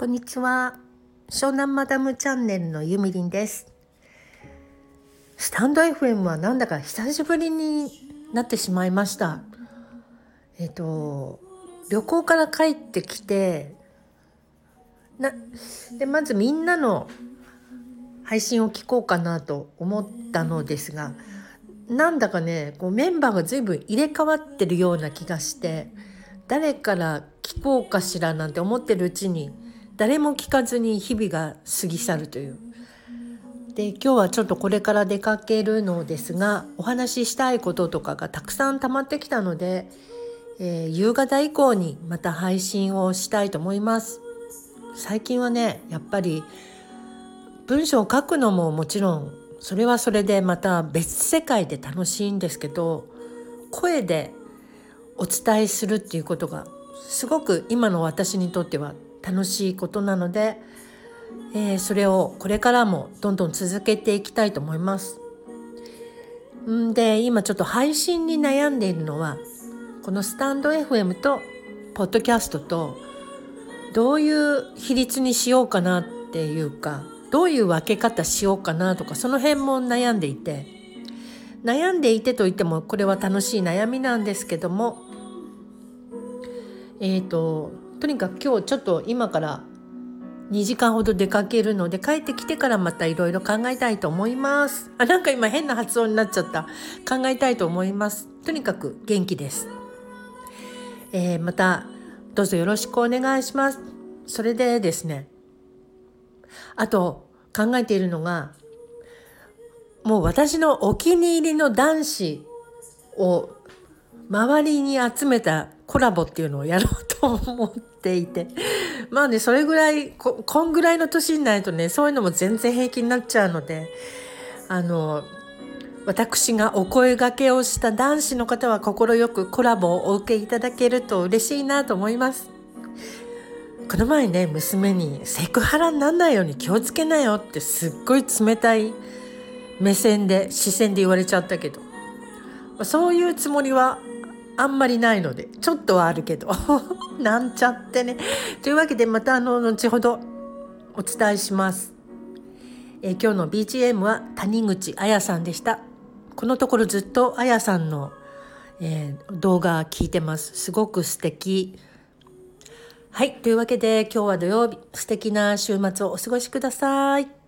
こんにちは。湘南マダムチャンネルのゆみりんです。スタンド FM はなんだか久しぶりになってしまいました。旅行から帰ってきてでまずみんなの配信を聞こうかなと思ったのですが、なんだかねメンバーが随分入れ替わってるような気がして、誰から聞こうかしらなんて思ってるうちに誰も聞かずに日々が過ぎ去るという。で今日はちょっとこれから出かけるのですが、お話ししたいこととかがたくさん溜まってきたので、夕方以降にまた配信をしたいと思います。最近はねやっぱり文章を書くのももちろんそれはそれでまた別世界で楽しいんですけど、声でお伝えするっていうことがすごく今の私にとっては楽しいことなので、それをこれからもどんどん続けていきたいと思います。で今ちょっと配信に悩んでいるのは、このスタンド FM とポッドキャストとどういう比率にしようかなっていうか、どういう分け方しようかなとか、その辺も悩んでいてといってもこれは楽しい悩みなんですけども、とにかく今日ちょっと今から2時間ほど出かけるので、帰ってきてからまたいろいろ考えたいと思います。なんか今変な発音になっちゃった。考えたいと思います。とにかく元気です。またどうぞよろしくお願いします。それでですね、あと考えているのが、もう私のお気に入りの男子を周りに集めたコラボっていうのをやろうと思っていて、まあねそれぐらいこんぐらいの年になるとね、そういうのも全然平気になっちゃうので、私がお声掛けをした男子の方は心よくコラボをお受けいただけると嬉しいなと思います。この前ね、娘にセクハラにならないように気をつけなよってすっごい冷たい視線で言われちゃったけど、そういうつもりはあんまりないので、ちょっとはあるけどなんちゃってね。というわけでまた後ほどお伝えします。今日の BGM は谷口彩さんでした。このところずっと彩さんの、動画聞いてます。すごく素敵。はい、というわけで今日は土曜日、素敵な週末をお過ごしください。